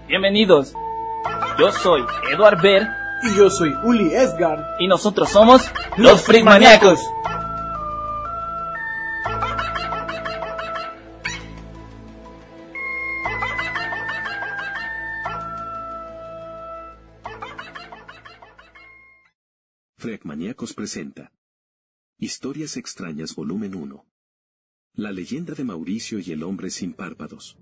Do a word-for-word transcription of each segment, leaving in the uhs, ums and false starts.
Bienvenidos. Yo soy Eduard Ver. Y yo soy Uli Esgar. Y nosotros somos los Freakmaníacos. Freakmaníacos presenta Historias extrañas volumen uno. La leyenda de Mauricio y el hombre sin párpados.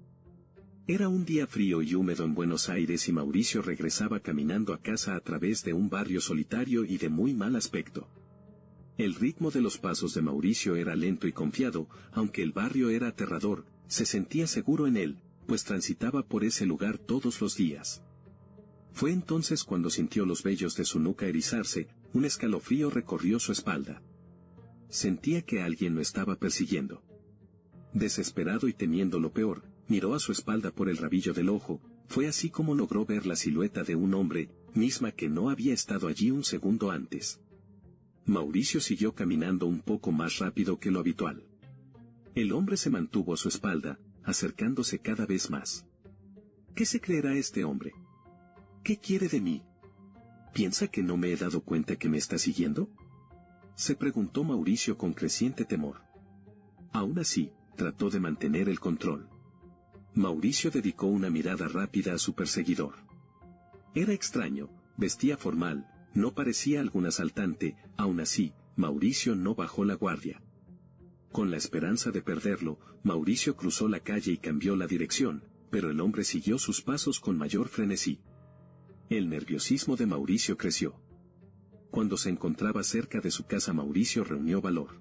Era un día frío y húmedo en Buenos Aires y Mauricio regresaba caminando a casa a través de un barrio solitario y de muy mal aspecto. El ritmo de los pasos de Mauricio era lento y confiado, aunque el barrio era aterrador, se sentía seguro en él, pues transitaba por ese lugar todos los días. Fue entonces cuando sintió los vellos de su nuca erizarse, un escalofrío recorrió su espalda. Sentía que alguien lo estaba persiguiendo. Desesperado y temiendo lo peor, miró a su espalda por el rabillo del ojo, fue así como logró ver la silueta de un hombre, misma que no había estado allí un segundo antes. Mauricio siguió caminando un poco más rápido que lo habitual. El hombre se mantuvo a su espalda, acercándose cada vez más. ¿Qué se creerá este hombre? ¿Qué quiere de mí? ¿Piensa que no me he dado cuenta que me está siguiendo?, se preguntó Mauricio con creciente temor. Aún así, trató de mantener el control. Mauricio dedicó una mirada rápida a su perseguidor. Era extraño, vestía formal, no parecía algún asaltante, aún así, Mauricio no bajó la guardia. Con la esperanza de perderlo, Mauricio cruzó la calle y cambió la dirección, pero el hombre siguió sus pasos con mayor frenesí. El nerviosismo de Mauricio creció. Cuando se encontraba cerca de su casa, Mauricio reunió valor.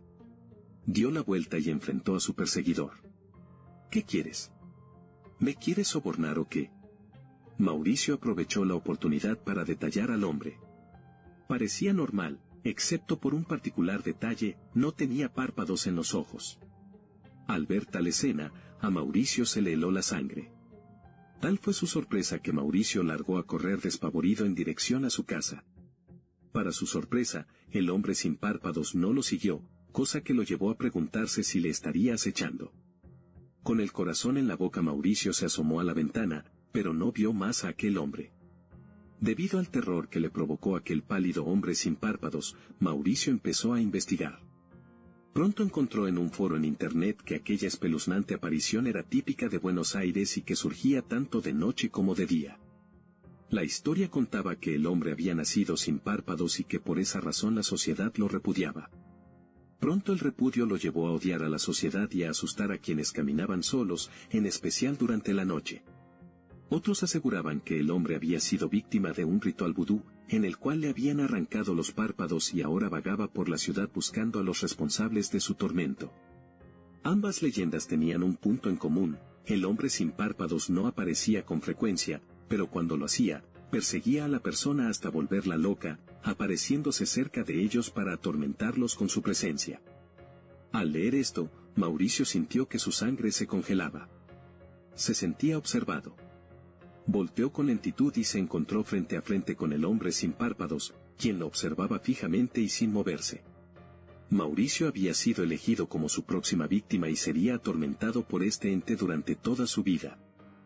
Dio la vuelta y enfrentó a su perseguidor. ¿Qué quieres? ¿Me quieres sobornar o qué? Mauricio aprovechó la oportunidad para detallar al hombre. Parecía normal, excepto por un particular detalle, no tenía párpados en los ojos. Al ver tal escena, a Mauricio se le heló la sangre. Tal fue su sorpresa que Mauricio largó a correr despavorido en dirección a su casa. Para su sorpresa, el hombre sin párpados no lo siguió, cosa que lo llevó a preguntarse si le estaría acechando. Con el corazón en la boca, Mauricio se asomó a la ventana, pero no vio más a aquel hombre. Debido al terror que le provocó aquel pálido hombre sin párpados, Mauricio empezó a investigar. Pronto encontró en un foro en internet que aquella espeluznante aparición era típica de Buenos Aires y que surgía tanto de noche como de día. La historia contaba que el hombre había nacido sin párpados y que por esa razón la sociedad lo repudiaba. Pronto el repudio lo llevó a odiar a la sociedad y a asustar a quienes caminaban solos, en especial durante la noche. Otros aseguraban que el hombre había sido víctima de un ritual vudú, en el cual le habían arrancado los párpados y ahora vagaba por la ciudad buscando a los responsables de su tormento. Ambas leyendas tenían un punto en común: el hombre sin párpados no aparecía con frecuencia, pero cuando lo hacía, perseguía a la persona hasta volverla loca, apareciéndose cerca de ellos para atormentarlos con su presencia. Al leer esto, Mauricio sintió que su sangre se congelaba. Se sentía observado. Volteó con lentitud y se encontró frente a frente con el hombre sin párpados, quien lo observaba fijamente y sin moverse. Mauricio había sido elegido como su próxima víctima y sería atormentado por este ente durante toda su vida.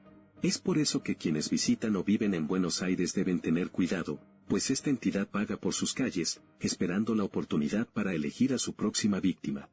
Es por eso que quienes visitan o viven en Buenos Aires deben tener cuidado, pues esta entidad vaga por sus calles, esperando la oportunidad para elegir a su próxima víctima.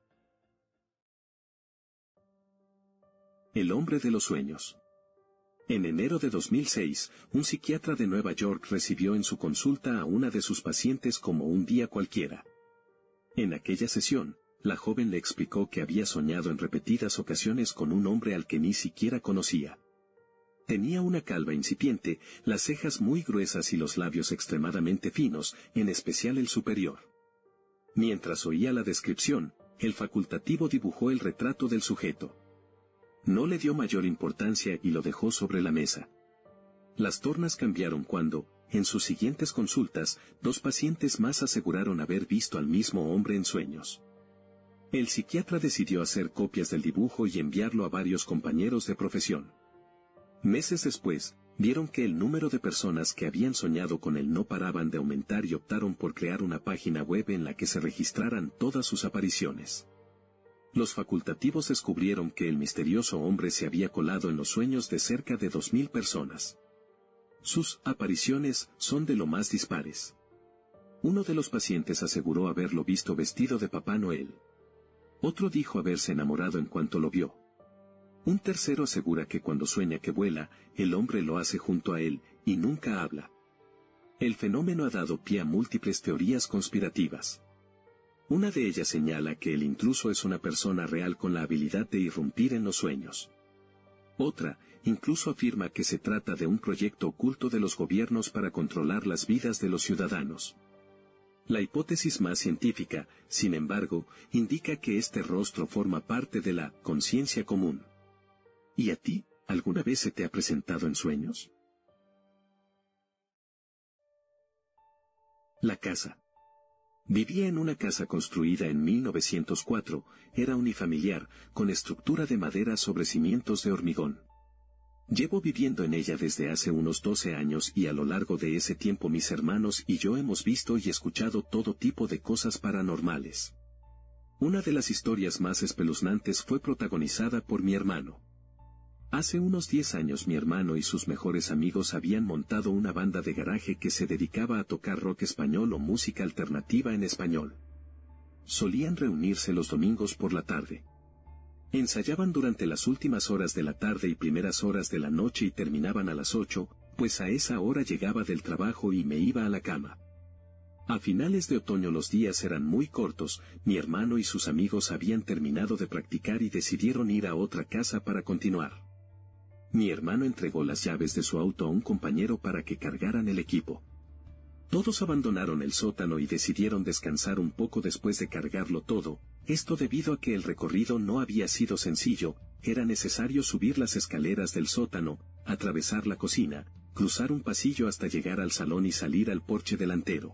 El hombre de los sueños. En enero de dos mil seis, un psiquiatra de Nueva York recibió en su consulta a una de sus pacientes como un día cualquiera. En aquella sesión, la joven le explicó que había soñado en repetidas ocasiones con un hombre al que ni siquiera conocía. Tenía una calva incipiente, las cejas muy gruesas y los labios extremadamente finos, en especial el superior. Mientras oía la descripción, el facultativo dibujó el retrato del sujeto. No le dio mayor importancia y lo dejó sobre la mesa. Las tornas cambiaron cuando, en sus siguientes consultas, dos pacientes más aseguraron haber visto al mismo hombre en sueños. El psiquiatra decidió hacer copias del dibujo y enviarlo a varios compañeros de profesión. Meses después, vieron que el número de personas que habían soñado con él no paraban de aumentar y optaron por crear una página web en la que se registraran todas sus apariciones. Los facultativos descubrieron que el misterioso hombre se había colado en los sueños de cerca de dos mil personas. Sus apariciones son de lo más dispares. Uno de los pacientes aseguró haberlo visto vestido de Papá Noel. Otro dijo haberse enamorado en cuanto lo vio. Un tercero asegura que cuando sueña que vuela, el hombre lo hace junto a él, y nunca habla. El fenómeno ha dado pie a múltiples teorías conspirativas. Una de ellas señala que el intruso es una persona real con la habilidad de irrumpir en los sueños. Otra, incluso afirma que se trata de un proyecto oculto de los gobiernos para controlar las vidas de los ciudadanos. La hipótesis más científica, sin embargo, indica que este rostro forma parte de la conciencia común. ¿Y a ti, alguna vez se te ha presentado en sueños? La casa. Vivía en una casa construida en mil novecientos cuatro, era unifamiliar, con estructura de madera sobre cimientos de hormigón. Llevo viviendo en ella desde hace unos doce años y a lo largo de ese tiempo mis hermanos y yo hemos visto y escuchado todo tipo de cosas paranormales. Una de las historias más espeluznantes fue protagonizada por mi hermano. Hace unos diez años mi hermano y sus mejores amigos habían montado una banda de garaje que se dedicaba a tocar rock español o música alternativa en español. Solían reunirse los domingos por la tarde. Ensayaban durante las últimas horas de la tarde y primeras horas de la noche y terminaban a las ocho, pues a esa hora llegaba del trabajo y me iba a la cama. A finales de otoño los días eran muy cortos, mi hermano y sus amigos habían terminado de practicar y decidieron ir a otra casa para continuar. Mi hermano entregó las llaves de su auto a un compañero para que cargaran el equipo. Todos abandonaron el sótano y decidieron descansar un poco después de cargarlo todo, esto debido a que el recorrido no había sido sencillo, era necesario subir las escaleras del sótano, atravesar la cocina, cruzar un pasillo hasta llegar al salón y salir al porche delantero.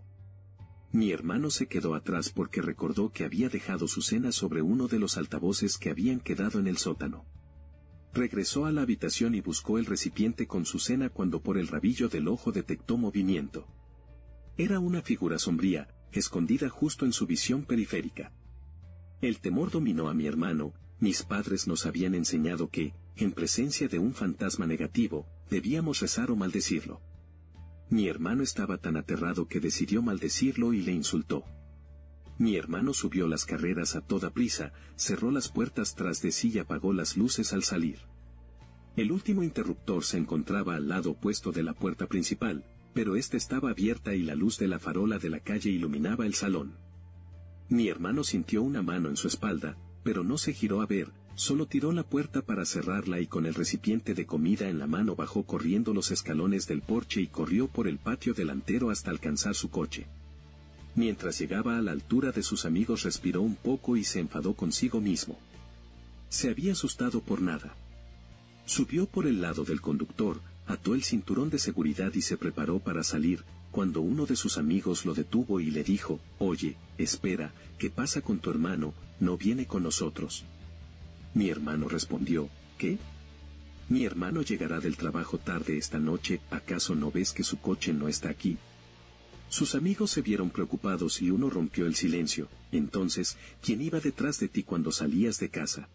Mi hermano se quedó atrás porque recordó que había dejado su cena sobre uno de los altavoces que habían quedado en el sótano. Regresó a la habitación y buscó el recipiente con su cena cuando por el rabillo del ojo detectó movimiento. Era una figura sombría, escondida justo en su visión periférica. El temor dominó a mi hermano, mis padres nos habían enseñado que, en presencia de un fantasma negativo, debíamos rezar o maldecirlo. Mi hermano estaba tan aterrado que decidió maldecirlo y le insultó. Mi hermano subió las carreras a toda prisa, cerró las puertas tras de sí y apagó las luces al salir. El último interruptor se encontraba al lado opuesto de la puerta principal, pero ésta estaba abierta y la luz de la farola de la calle iluminaba el salón. Mi hermano sintió una mano en su espalda, pero no se giró a ver, solo tiró la puerta para cerrarla y con el recipiente de comida en la mano bajó corriendo los escalones del porche y corrió por el patio delantero hasta alcanzar su coche. Mientras llegaba a la altura de sus amigos respiró un poco y se enfadó consigo mismo. Se había asustado por nada. Subió por el lado del conductor, ató el cinturón de seguridad y se preparó para salir, cuando uno de sus amigos lo detuvo y le dijo, «Oye, espera, ¿qué pasa con tu hermano? ¿No viene con nosotros?» Mi hermano respondió, «¿Qué? Mi hermano llegará del trabajo tarde esta noche, ¿acaso no ves que su coche no está aquí?» Sus amigos se vieron preocupados y uno rompió el silencio. Entonces, ¿quién iba detrás de ti cuando salías de casa?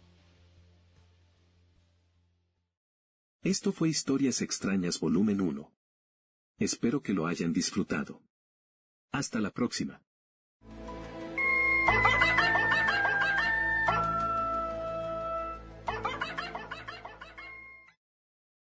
Esto fue Historias Extrañas Volumen uno. Espero que lo hayan disfrutado. Hasta la próxima.